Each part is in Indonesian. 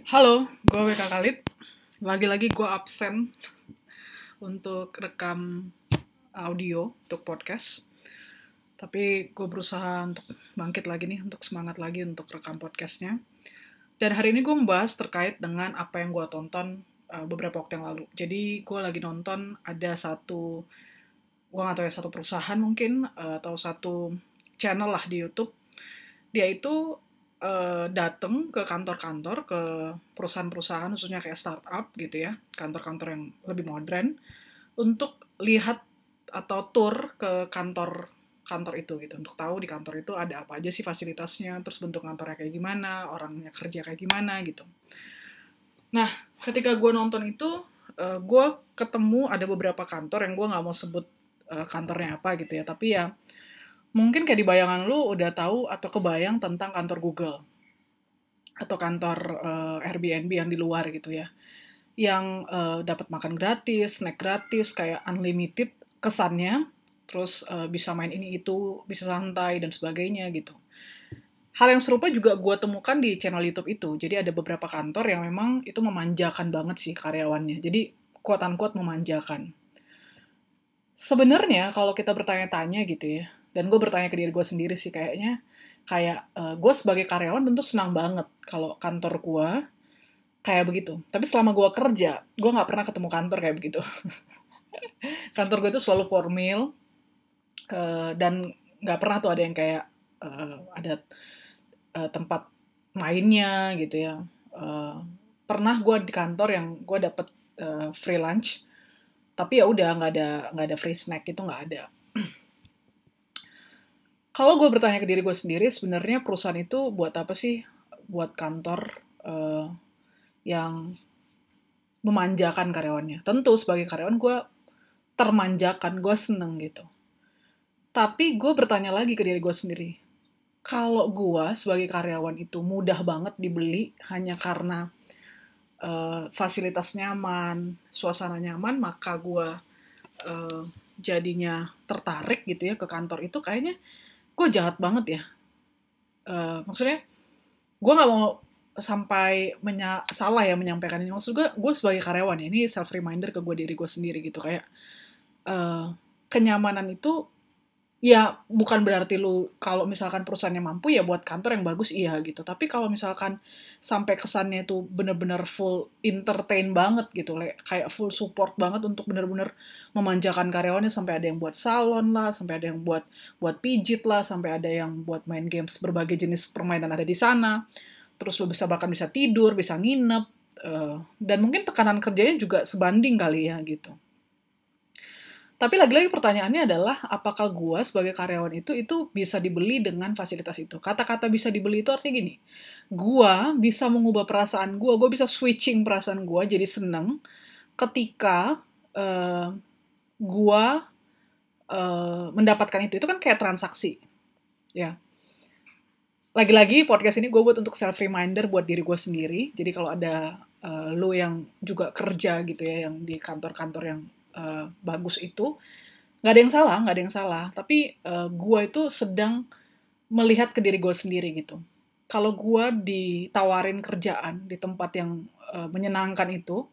Halo, gue WK Khalid. Lagi-lagi gue absen untuk rekam audio untuk podcast. Tapi gue berusaha untuk bangkit lagi nih, untuk semangat lagi untuk rekam podcastnya. Dan hari ini gue membahas terkait dengan apa yang gue tonton beberapa waktu yang lalu. Jadi gue lagi nonton ada gue gak tahu ya, satu perusahaan mungkin, atau satu channel lah di YouTube. Dia itu datang ke kantor-kantor, ke perusahaan-perusahaan, khususnya kayak startup gitu ya, kantor-kantor yang lebih modern, untuk lihat atau tour ke kantor itu gitu, untuk tahu di kantor itu ada apa aja sih fasilitasnya, terus bentuk kantornya kayak gimana, orangnya kerja kayak gimana gitu. Nah, ketika gue nonton itu, gue ketemu ada beberapa kantor yang gue nggak mau sebut kantornya apa gitu ya, tapi ya mungkin kayak di bayangan lu udah tahu atau kebayang tentang kantor Google atau kantor Airbnb yang di luar gitu ya, yang dapat makan gratis, snack gratis, kayak unlimited kesannya, terus bisa main ini itu, bisa santai dan sebagainya gitu. Hal yang serupa juga gue temukan di channel YouTube itu. Jadi ada beberapa kantor yang memang itu memanjakan banget sih karyawannya. Jadi quote unquote memanjakan. Sebenarnya kalau kita bertanya-tanya gitu ya, dan gue bertanya ke diri gue sendiri sih kayaknya, kayak gue sebagai karyawan tentu senang banget kalau kantor gue kayak begitu. Tapi selama gue kerja, gue nggak pernah ketemu kantor kayak begitu. Kantor gue itu selalu formal, dan nggak pernah tuh ada yang kayak ada tempat mainnya gitu ya. Pernah gue di kantor yang gue dapet free lunch, tapi ya udah nggak ada free snack, itu nggak ada. Kalau gue bertanya ke diri gue sendiri, sebenarnya perusahaan itu buat apa sih? Buat kantor yang memanjakan karyawannya. Tentu sebagai karyawan gue termanjakan, gue seneng gitu. Tapi gue bertanya lagi ke diri gue sendiri, kalau gue sebagai karyawan itu mudah banget dibeli hanya karena fasilitas nyaman, suasana nyaman, maka gue uh, jadinya tertarik gitu ya ke kantor itu, kayaknya gue jahat banget ya. Maksudnya gue nggak mau sampai salah ya menyampaikan ini. Maksud gue sebagai karyawan ya, ini self reminder ke gue, diri gue sendiri gitu, kayak kenyamanan itu ya bukan berarti lu kalau misalkan perusahaannya mampu ya buat kantor yang bagus iya gitu. Tapi kalau misalkan sampai kesannya itu bener-bener full entertain banget gitu, kayak full support banget untuk bener-bener memanjakan karyawannya, sampai ada yang buat salon lah, sampai ada yang buat pijit lah, sampai ada yang buat main games, berbagai jenis permainan ada di sana. Terus lu bahkan bisa tidur, bisa nginep, dan mungkin tekanan kerjanya juga sebanding kali ya gitu. Tapi lagi-lagi pertanyaannya adalah, apakah gue sebagai karyawan itu bisa dibeli dengan fasilitas itu? Kata-kata bisa dibeli itu artinya gini, gue bisa mengubah perasaan gue bisa switching perasaan gue jadi seneng ketika gue mendapatkan itu. Itu kan kayak transaksi, ya. Lagi-lagi podcast ini gue buat untuk self reminder buat diri gue sendiri. Jadi kalau ada lo yang juga kerja gitu ya, yang di kantor-kantor yang bagus itu, nggak ada yang salah, nggak ada yang salah. Tapi gue itu sedang melihat ke diri gue sendiri gitu. Kalau gue ditawarin kerjaan di tempat yang menyenangkan itu,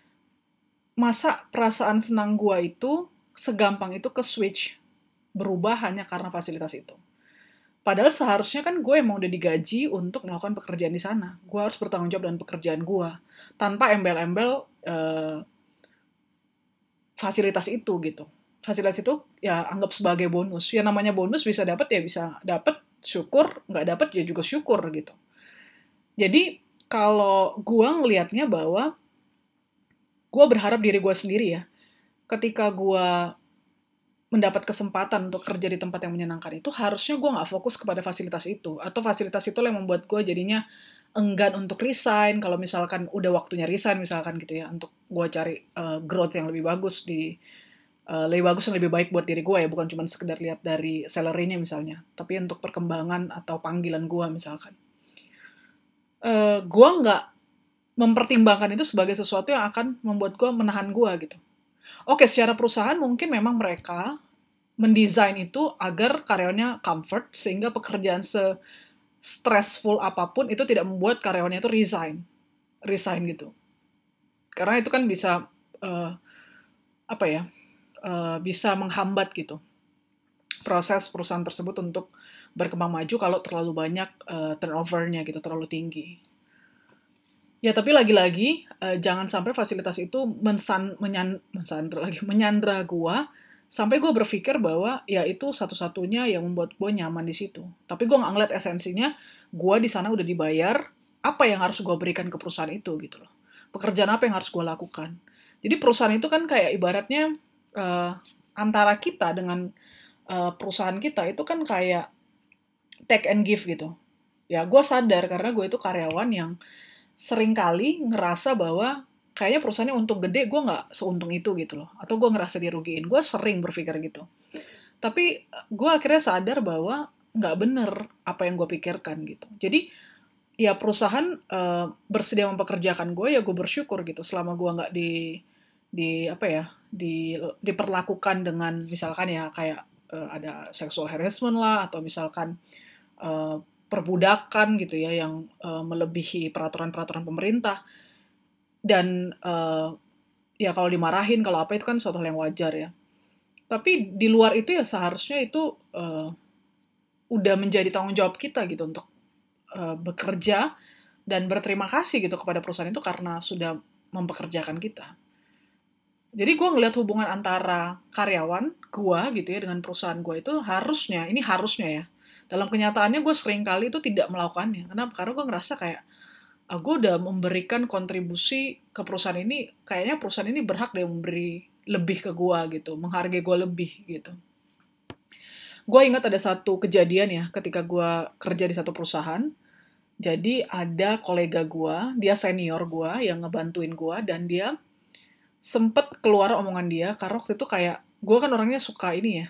masa perasaan senang gue itu segampang itu ke switch, berubah hanya karena fasilitas itu. Padahal seharusnya kan gue emang udah digaji untuk melakukan pekerjaan di sana. Gue harus bertanggung jawab dengan pekerjaan gue, tanpa embel-embel fasilitas itu gitu. Fasilitas itu ya anggap sebagai bonus. Ya namanya bonus, bisa dapat ya bisa dapat, syukur, nggak dapat ya juga syukur gitu. Jadi kalau gue ngelihatnya bahwa gue berharap diri gue sendiri ya, ketika gue mendapat kesempatan untuk kerja di tempat yang menyenangkan itu, harusnya gue nggak fokus kepada fasilitas itu, atau fasilitas itu yang membuat gue jadinya enggan untuk resign, kalau misalkan udah waktunya resign misalkan gitu ya, untuk gue cari growth yang lebih bagus lebih bagus dan lebih baik buat diri gue ya, bukan cuma sekedar lihat dari salary-nya misalnya, tapi untuk perkembangan atau panggilan gue misalkan. Gue nggak mempertimbangkan itu sebagai sesuatu yang akan membuat gue menahan gue gitu. Oke, secara perusahaan mungkin memang mereka mendesain itu agar karyawannya comfort, sehingga pekerjaan se-stressful apapun itu tidak membuat karyawannya itu resign. resign gitu. Karena itu kan bisa uh, bisa menghambat gitu proses perusahaan tersebut untuk berkembang maju kalau terlalu banyak turnover-nya gitu, terlalu tinggi. Ya, tapi lagi-lagi jangan sampai fasilitas itu menyandra gua sampai gue berpikir bahwa ya itu satu-satunya yang membuat gue nyaman di situ. Tapi gue nggak ngeliat esensinya, gue di sana udah dibayar, apa yang harus gue berikan ke perusahaan itu gitu loh. Pekerjaan apa yang harus gue lakukan. Jadi perusahaan itu kan kayak ibaratnya antara kita dengan perusahaan kita itu kan kayak take and give gitu. Ya, gue sadar karena gue itu karyawan yang sering kali ngerasa bahwa kayaknya perusahaannya untung gede, gue nggak seuntung itu gitu loh. Atau gue ngerasa dirugiin. Gue sering berpikir gitu. Tapi gue akhirnya sadar bahwa nggak bener apa yang gue pikirkan gitu. Jadi ya perusahaan bersedia mempekerjakan gue, ya gue bersyukur gitu. Selama gue nggak diperlakukan dengan misalkan ya kayak ada sexual harassment lah, atau misalkan perbudakan gitu ya yang melebihi peraturan-peraturan pemerintah. Dan ya kalau dimarahin, kalau apa itu kan suatu hal yang wajar ya. Tapi di luar itu ya seharusnya itu udah menjadi tanggung jawab kita gitu untuk bekerja dan berterima kasih gitu kepada perusahaan itu karena sudah mempekerjakan kita. Jadi gue ngeliat hubungan antara karyawan gue gitu ya dengan perusahaan gue itu ini harusnya ya. Dalam kenyataannya gue sering kali itu tidak melakukannya. Kenapa? Karena gue ngerasa kayak, gue udah memberikan kontribusi ke perusahaan ini, kayaknya perusahaan ini berhak deh memberi lebih ke gue gitu, menghargai gue lebih gitu. Gue ingat ada satu kejadian ya, ketika gue kerja di satu perusahaan, jadi ada kolega gue, dia senior gue yang ngebantuin gue, dan dia sempet keluar omongan dia, karena waktu itu kayak, gue kan orangnya suka ini ya,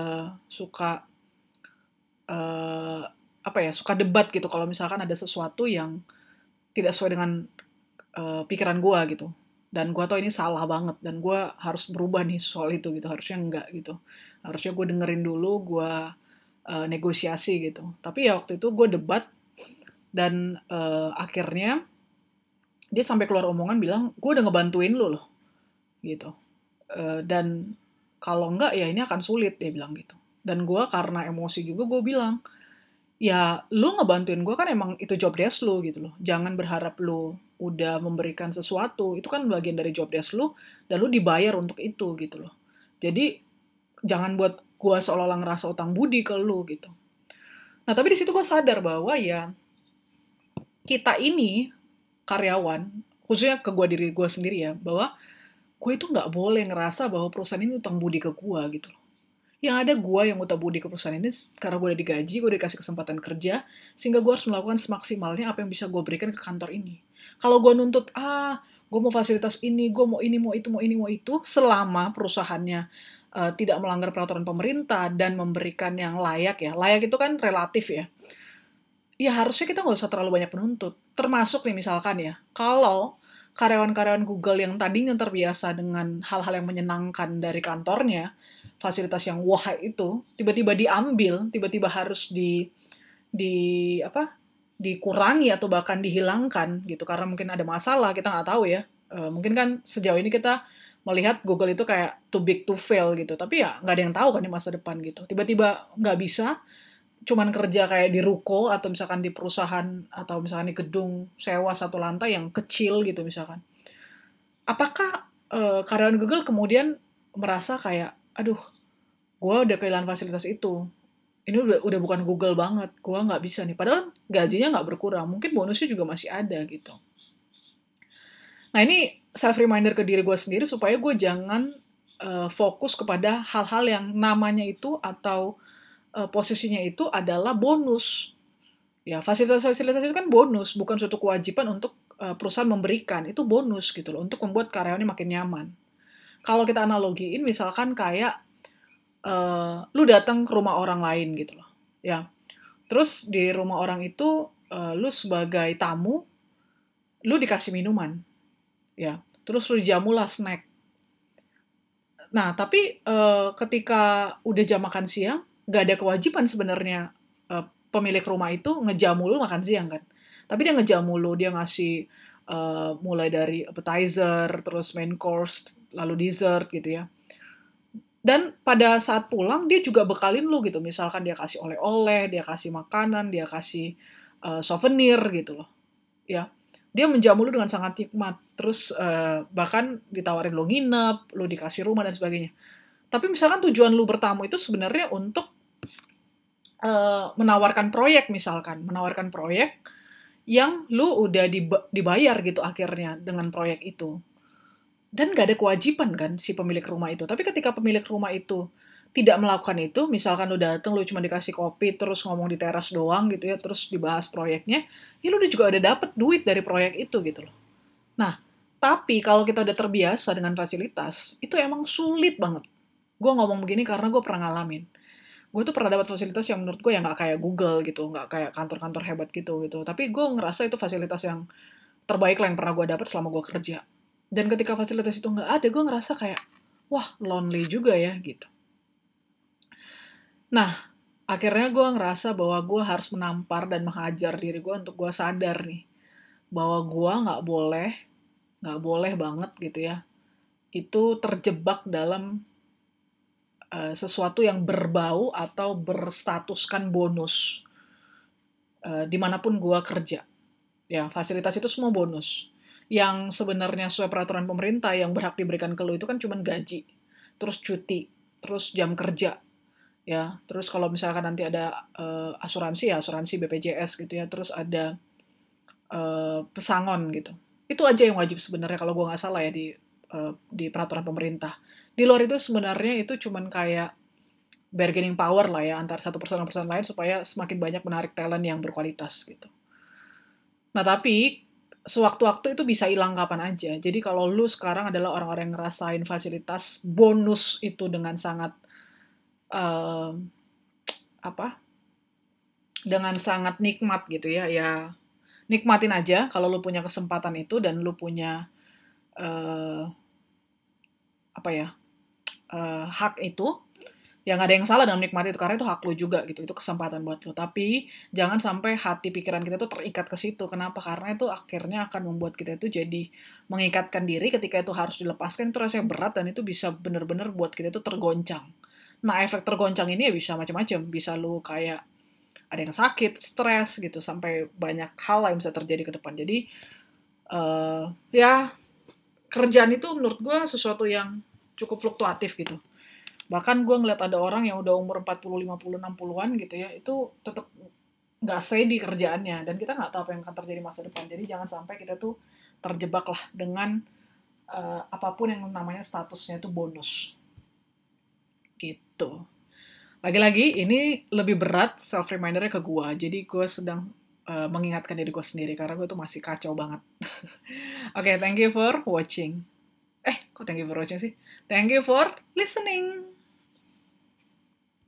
suka debat gitu, kalau misalkan ada sesuatu yang tidak sesuai dengan pikiran gue gitu. Dan gue tau ini salah banget, dan gue harus berubah nih soal itu gitu, harusnya enggak gitu. Harusnya gue dengerin dulu, gue negosiasi gitu. Tapi ya waktu itu gue debat, dan akhirnya dia sampai keluar omongan bilang, gue udah ngebantuin lu loh, gitu. Dan kalau enggak ya ini akan sulit, dia bilang gitu. Dan gue karena emosi juga gue bilang, ya lu ngebantuin gue kan emang itu job desk lu gitu loh. Jangan berharap lu udah memberikan sesuatu, itu kan bagian dari job desk lu, dan lu dibayar untuk itu gitu loh. Jadi jangan buat gue seolah-olah ngerasa utang budi ke lu gitu. Nah tapi di situ gue sadar bahwa ya kita ini karyawan, khususnya ke diri gue sendiri ya, bahwa gue itu nggak boleh ngerasa bahwa perusahaan ini utang budi ke gue gitu loh. Yang ada gue yang utang budi ke perusahaan ini karena gue udah digaji, gue udah dikasih kesempatan kerja, sehingga gue harus melakukan semaksimalnya apa yang bisa gue berikan ke kantor ini. Kalau gue nuntut, gue mau fasilitas ini, gue mau ini, mau itu, mau ini, mau itu, selama perusahaannya tidak melanggar peraturan pemerintah dan memberikan yang layak ya. Layak itu kan relatif ya. Ya harusnya kita nggak usah terlalu banyak penuntut. Termasuk nih misalkan ya, kalau karyawan-karyawan Google yang tadinya terbiasa dengan hal-hal yang menyenangkan dari kantornya, fasilitas yang wah itu, tiba-tiba diambil, tiba-tiba harus dikurangi atau bahkan dihilangkan gitu, karena mungkin ada masalah, kita nggak tahu ya. Mungkin kan sejauh ini kita melihat Google itu kayak too big to fail gitu, tapi ya nggak ada yang tahu kan di masa depan gitu. Tiba-tiba nggak bisa, cuman kerja kayak di ruko atau misalkan di perusahaan atau misalkan di gedung sewa satu lantai yang kecil gitu misalkan. Apakah karyawan Google kemudian merasa kayak, aduh, gue udah kehilangan fasilitas itu. Ini udah bukan Google banget, gue nggak bisa nih. Padahal gajinya nggak berkurang, mungkin bonusnya juga masih ada gitu. Nah ini self reminder ke diri gue sendiri supaya gue jangan fokus kepada hal-hal yang namanya itu atau posisinya itu adalah bonus. Ya, fasilitas-fasilitas itu kan bonus, bukan suatu kewajiban untuk perusahaan memberikan. Itu bonus gitu loh, untuk membuat karyawannya makin nyaman. Kalau kita analogiin, misalkan kayak lu datang ke rumah orang lain gitu loh. Ya, terus di rumah orang itu, lu sebagai tamu, lu dikasih minuman. Ya, terus lu dijamulah snack. Nah, tapi ketika udah jam makan siang, nggak ada kewajiban sebenarnya pemilik rumah itu ngejamu lu makan siang kan. Tapi dia ngejamu lu, dia ngasih mulai dari appetizer, terus main course, lalu dessert gitu ya. Dan pada saat pulang dia juga bekalin lu gitu, misalkan dia kasih oleh-oleh, dia kasih makanan, dia kasih souvenir gitu loh, ya. Dia menjamu lu dengan sangat nikmat, terus bahkan ditawarin lu nginep, lu dikasih rumah dan sebagainya. Tapi misalkan tujuan lu bertamu itu sebenarnya untuk menawarkan proyek misalkan, menawarkan proyek yang lu udah dibayar gitu akhirnya dengan proyek itu. Dan nggak ada kewajiban kan si pemilik rumah itu. Tapi ketika pemilik rumah itu tidak melakukan itu, misalkan lu dateng, lu cuma dikasih kopi, terus ngomong di teras doang gitu ya, terus dibahas proyeknya, ya lu juga udah dapet duit dari proyek itu gitu loh. Nah, tapi kalau kita udah terbiasa dengan fasilitas, itu emang sulit banget. Gue ngomong begini karena gue pernah ngalamin. Gue tuh pernah dapat fasilitas yang menurut gue ya nggak kayak Google gitu, nggak kayak kantor-kantor hebat gitu. Tapi gue ngerasa itu fasilitas yang terbaik lah yang pernah gue dapat selama gue kerja. Dan ketika fasilitas itu nggak ada, gue ngerasa kayak, wah lonely juga ya gitu. Nah, akhirnya gue ngerasa bahwa gue harus menampar dan menghajar diri gue untuk gue sadar nih, bahwa gue nggak boleh banget gitu ya, itu terjebak dalam sesuatu yang berbau atau berstatuskan bonus dimanapun gue kerja. Ya, fasilitas itu semua bonus. Yang sebenarnya sesuai peraturan pemerintah yang berhak diberikan ke lu itu kan cuma gaji, terus cuti, terus jam kerja, ya. Terus kalau misalkan nanti ada asuransi ya, asuransi BPJS gitu ya, terus ada pesangon gitu. Itu aja yang wajib sebenarnya kalau gue nggak salah ya di peraturan pemerintah. Di luar itu sebenarnya itu cuman kayak bargaining power lah ya antar satu perusahaan dan perusahaan lain supaya semakin banyak menarik talent yang berkualitas gitu. Nah, tapi sewaktu-waktu itu bisa hilang kapan aja. Jadi kalau lu sekarang adalah orang-orang yang ngerasain fasilitas bonus itu dengan sangat uh, apa? Dengan sangat nikmat gitu ya. Ya nikmatin aja kalau lu punya kesempatan itu dan lu punya uh, apa ya? Hak itu. Ya nggak ada yang salah dalam nikmati itu, karena itu hak lu juga gitu, itu kesempatan buat lu. Tapi jangan sampai hati pikiran kita tuh terikat ke situ. Kenapa? Karena itu akhirnya akan membuat kita itu jadi mengikatkan diri ketika itu harus dilepaskan, itu rasanya berat dan itu bisa bener-bener buat kita itu tergoncang. Nah, efek tergoncang ini ya bisa macam-macam. Bisa lu kayak ada yang sakit, stres gitu, sampai banyak hal yang bisa terjadi ke depan. Jadi, ya kerjaan itu menurut gue sesuatu yang cukup fluktuatif gitu. Bahkan gue ngeliat ada orang yang udah umur 40, 50, 60-an gitu ya, itu tetap nggak steady kerjaannya. Dan kita nggak tahu apa yang akan terjadi masa depan. Jadi jangan sampai kita tuh terjebak lah dengan apapun yang namanya statusnya itu bonus. Gitu. Lagi-lagi, ini lebih berat self-remindernya ke gue. Jadi gue sedang mengingatkan diri gue sendiri, karena gue tuh masih kacau banget. Oke, thank you for watching. Kok thank you for watching sih? Thank you for listening.